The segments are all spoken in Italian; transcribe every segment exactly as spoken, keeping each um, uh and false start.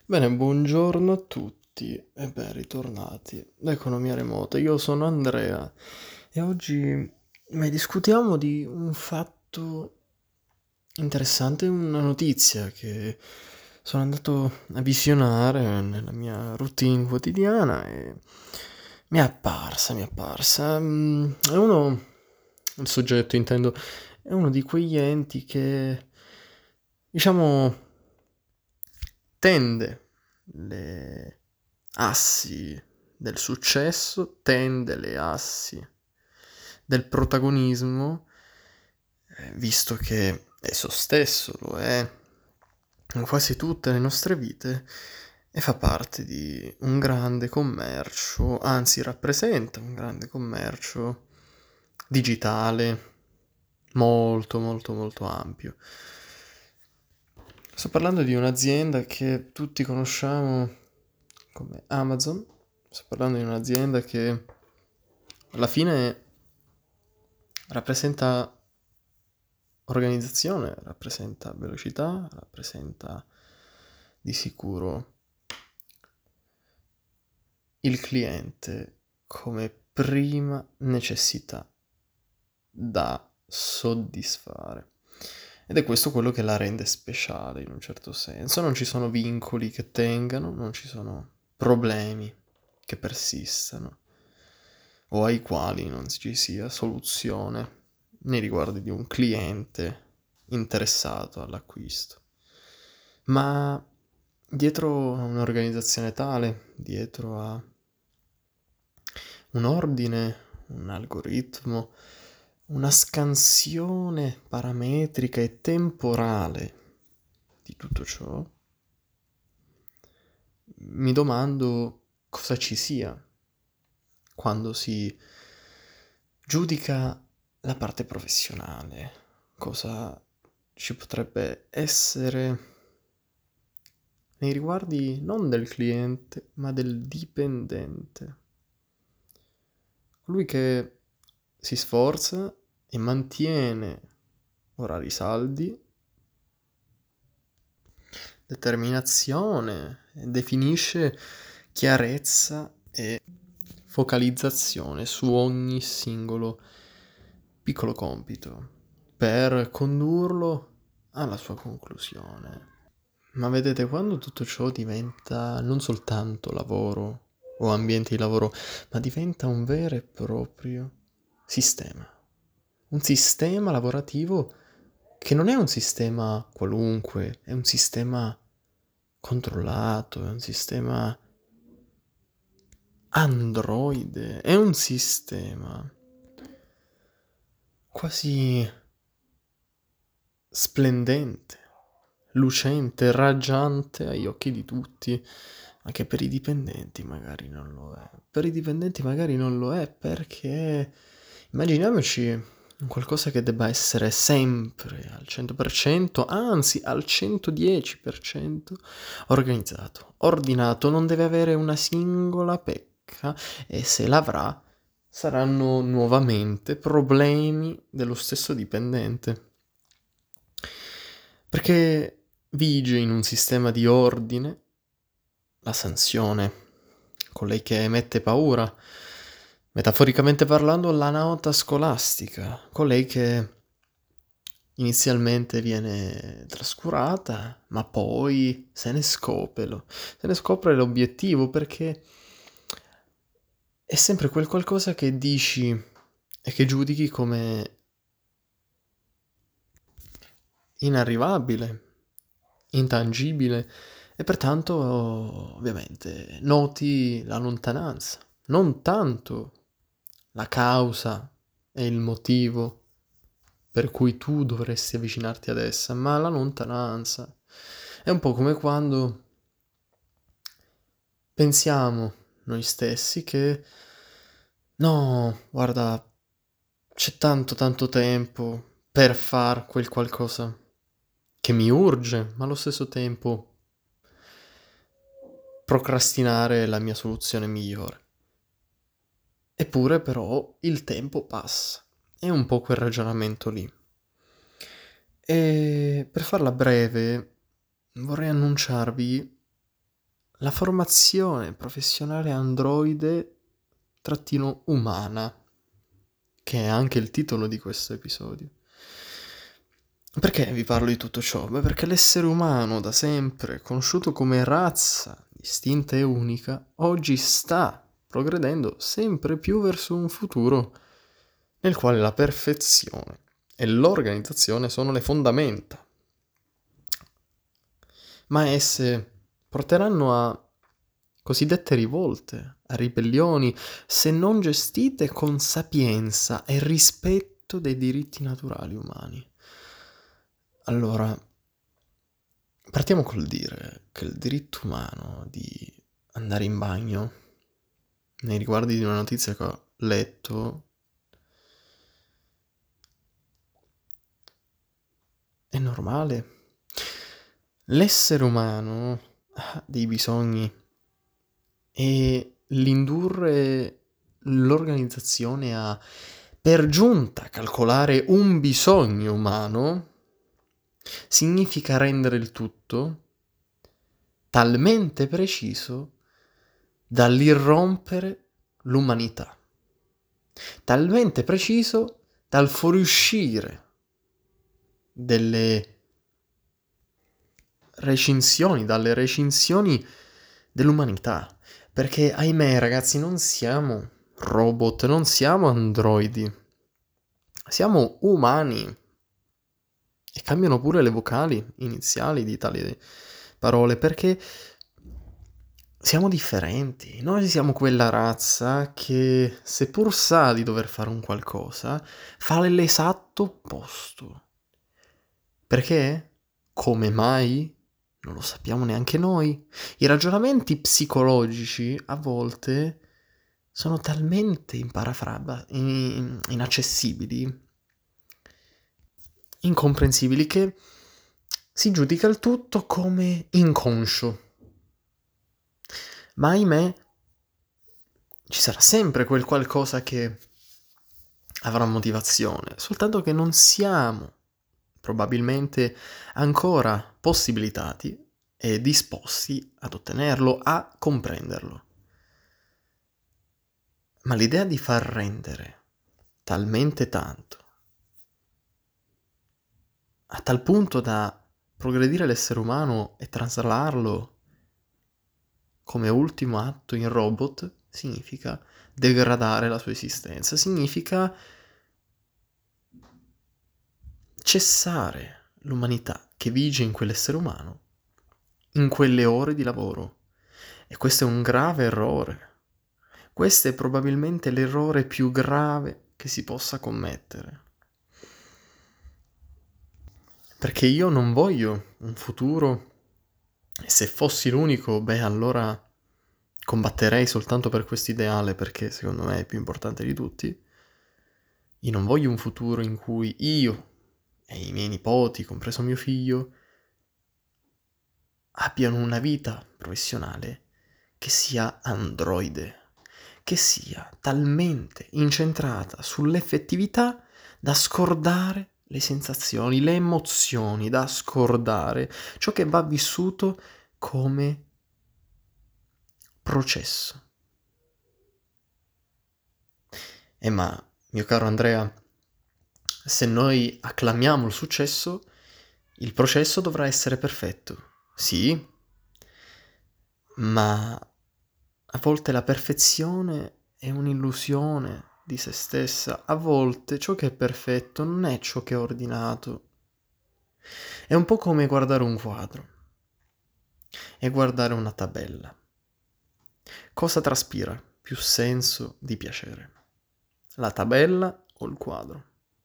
Bene, buongiorno a tutti e ben ritornati da Economia Remota. Io sono Andrea e oggi beh, discutiamo di un fatto interessante, una notizia che sono andato a visionare nella mia routine quotidiana e mi è apparsa, mi è apparsa. Mm, È uno, il soggetto intendo, è uno di quegli enti che, diciamo, tende le assi del successo, tende le assi del protagonismo, eh, visto che esso stesso lo è in quasi tutte le nostre vite e fa parte di un grande commercio, anzi rappresenta un grande commercio digitale molto molto molto ampio. Sto parlando di un'azienda che tutti conosciamo come Amazon. Sto parlando di un'azienda che alla fine rappresenta organizzazione, rappresenta velocità, rappresenta di sicuro il cliente come prima necessità da soddisfare. Ed è questo quello che la rende speciale in un certo senso. Non ci sono vincoli che tengano, non ci sono problemi che persistano o ai quali non ci sia soluzione nei riguardi di un cliente interessato all'acquisto. Ma dietro a un'organizzazione tale, dietro a un ordine, un algoritmo, una scansione parametrica e temporale di tutto ciò, mi domando cosa ci sia quando si giudica la parte professionale, cosa ci potrebbe essere nei riguardi non del cliente, ma del dipendente. Colui che si sforza e mantiene orari saldi, determinazione, e definisce chiarezza e focalizzazione su ogni singolo piccolo compito per condurlo alla sua conclusione. Ma vedete, quando tutto ciò diventa non soltanto lavoro o ambiente di lavoro, ma diventa un vero e proprio sistema. Un sistema lavorativo che non è un sistema qualunque, è un sistema controllato, è un sistema androide, è un sistema quasi splendente, lucente, raggiante agli occhi di tutti, anche per i dipendenti magari non lo è. Per i dipendenti magari non lo è perché immaginiamoci un qualcosa che debba essere sempre al cento per cento, anzi al centodieci per cento organizzato, ordinato, non deve avere una singola pecca e se l'avrà saranno nuovamente problemi dello stesso dipendente. Perché vige in un sistema di ordine la sanzione, colei che mette paura, metaforicamente parlando la nota scolastica, colei che inizialmente viene trascurata, ma poi se ne scopre, lo- se ne scopre l'obiettivo perché è sempre quel qualcosa che dici e che giudichi come inarrivabile, intangibile e pertanto ovviamente noti la lontananza, non tanto la causa e il motivo per cui tu dovresti avvicinarti ad essa, ma la lontananza. È un po' come quando pensiamo noi stessi che no, guarda, c'è tanto tanto tempo per far quel qualcosa che mi urge, ma allo stesso tempo procrastinare è la mia soluzione migliore. Eppure però il tempo passa. È un po' quel ragionamento lì. E per farla breve, vorrei annunciarvi la formazione professionale androide trattino umana, che è anche il titolo di questo episodio. Perché vi parlo di tutto ciò? Beh, perché l'essere umano, da sempre conosciuto come razza distinta e unica, oggi sta progredendo sempre più verso un futuro nel quale la perfezione e l'organizzazione sono le fondamenta. Ma esse porteranno a cosiddette rivolte, a ribellioni, se non gestite con sapienza e rispetto dei diritti naturali umani. Allora, partiamo col dire che il diritto umano di andare in bagno, nei riguardi di una notizia che ho letto, è normale. L'essere umano ha dei bisogni e l'indurre l'organizzazione a, per giunta, calcolare un bisogno umano significa rendere il tutto talmente preciso dall'irrompere l'umanità, talmente preciso dal fuoriuscire delle recinzioni, dalle recinzioni dell'umanità. Perché, ahimè, ragazzi, non siamo robot, non siamo androidi, siamo umani. E cambiano pure le vocali iniziali di tali parole, perché siamo differenti. Noi siamo quella razza che, seppur sa di dover fare un qualcosa, fa l'esatto opposto. Perché? Come mai? Non lo sappiamo neanche noi. I ragionamenti psicologici a volte sono talmente imparafraba, in- inaccessibili, incomprensibili, che si giudica il tutto come inconscio. Ma ahimè, ci sarà sempre quel qualcosa che avrà motivazione, soltanto che non siamo probabilmente ancora possibilitati e disposti ad ottenerlo, a comprenderlo. Ma l'idea di far rendere talmente tanto, a tal punto da progredire l'essere umano e traslarlo come ultimo atto in robot, significa degradare la sua esistenza, significa cessare l'umanità che vige in quell'essere umano, in quelle ore di lavoro. E questo è un grave errore. Questo è probabilmente l'errore più grave che si possa commettere. Perché io non voglio un futuro, e se fossi l'unico, beh, allora combatterei soltanto per questo ideale, perché secondo me è più importante di tutti. Io non voglio un futuro in cui io e i miei nipoti, compreso mio figlio, abbiano una vita professionale che sia androide, che sia talmente incentrata sull'effettività da scordare le sensazioni, le emozioni, da scordare ciò che va vissuto come processo. E ma, mio caro Andrea, se noi acclamiamo il successo, il processo dovrà essere perfetto. Sì, ma a volte la perfezione è un'illusione di se stessa. A volte ciò che è perfetto non è ciò che è ordinato. È un po' come guardare un quadro e guardare una tabella. Cosa traspira più senso di piacere? La tabella o il quadro?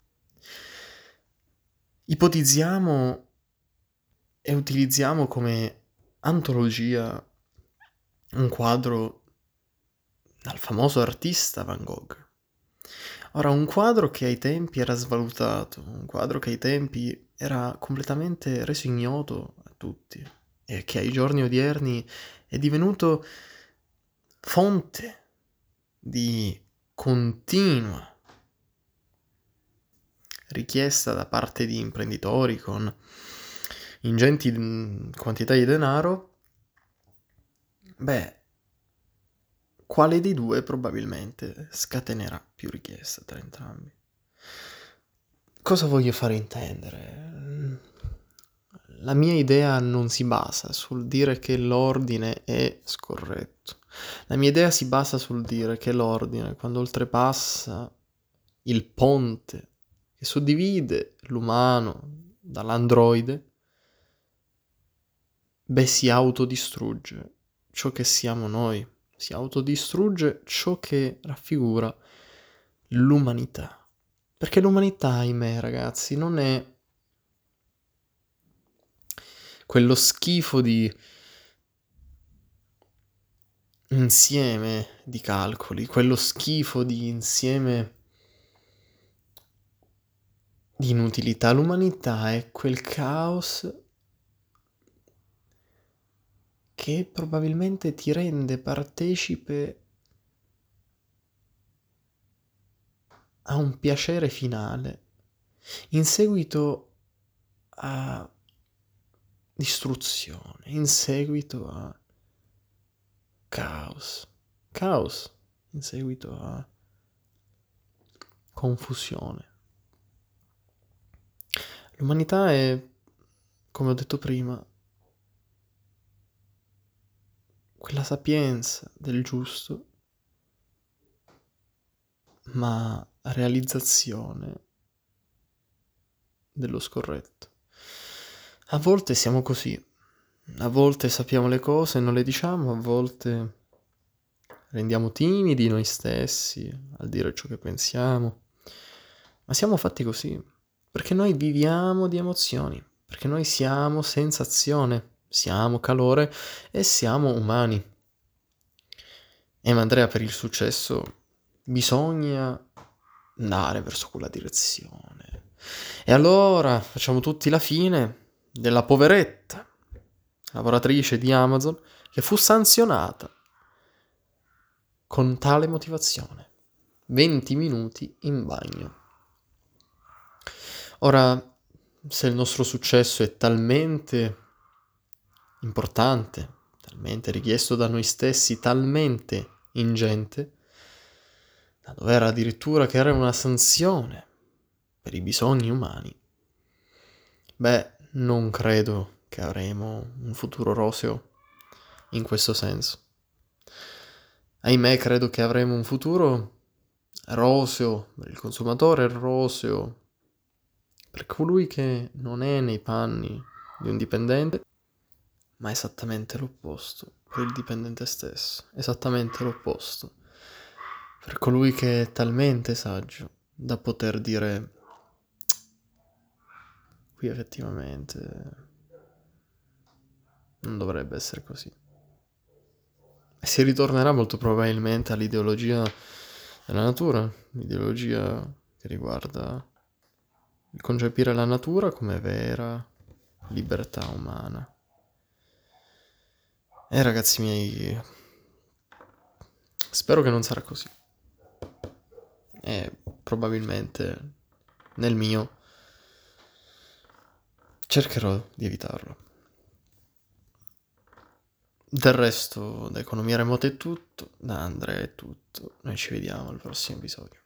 Ipotizziamo e utilizziamo come antologia un quadro dal famoso artista Van Gogh. Ora, un quadro che ai tempi era svalutato, un quadro che ai tempi era completamente reso ignoto a tutti e che ai giorni odierni è divenuto fonte di continua richiesta da parte di imprenditori con ingenti mm, quantità di denaro, Beh, quale dei due probabilmente scatenerà più richieste tra entrambi? Cosa voglio fare intendere? Mhmm, la mia idea non si basa sul dire che l'ordine è scorretto. La mia idea si basa sul dire che l'ordine, quando oltrepassa il ponte che suddivide l'umano dall'androide, beh, si autodistrugge ciò che siamo noi, si autodistrugge ciò che raffigura l'umanità. Perché l'umanità, ahimè ragazzi, non è quello schifo di insieme di calcoli, quello schifo di insieme di inutilità. L'umanità è quel caos che probabilmente ti rende partecipe a un piacere finale, in seguito a distruzione, in seguito a caos. Caos in seguito a confusione. L'umanità è, come ho detto prima, quella sapienza del giusto, ma realizzazione dello scorretto. A volte siamo così, a volte sappiamo le cose e non le diciamo, a volte rendiamo timidi noi stessi al dire ciò che pensiamo, ma siamo fatti così, perché noi viviamo di emozioni, perché noi siamo sensazione, siamo calore e siamo umani. E ma Andrea, per il successo bisogna andare verso quella direzione. E allora facciamo tutti la fine della poveretta lavoratrice di Amazon che fu sanzionata con tale motivazione: venti minuti in bagno. Ora, se il nostro successo è talmente importante, talmente richiesto da noi stessi, talmente ingente, da dover addirittura creare una sanzione per i bisogni umani, beh, non credo che avremo un futuro roseo in questo senso. Ahimè, credo che avremo un futuro roseo per il consumatore, roseo per colui che non è nei panni di un dipendente, ma esattamente l'opposto per il dipendente stesso, esattamente l'opposto per colui che è talmente saggio da poter dire: qui effettivamente non dovrebbe essere così. E si ritornerà molto probabilmente all'ideologia della natura, l'ideologia che riguarda il concepire la natura come vera libertà umana. E ragazzi miei, spero che non sarà così. E probabilmente nel mio cercherò di evitarlo. Del resto, da Economia Remota è tutto, da Andrea è tutto. Noi ci vediamo al prossimo episodio.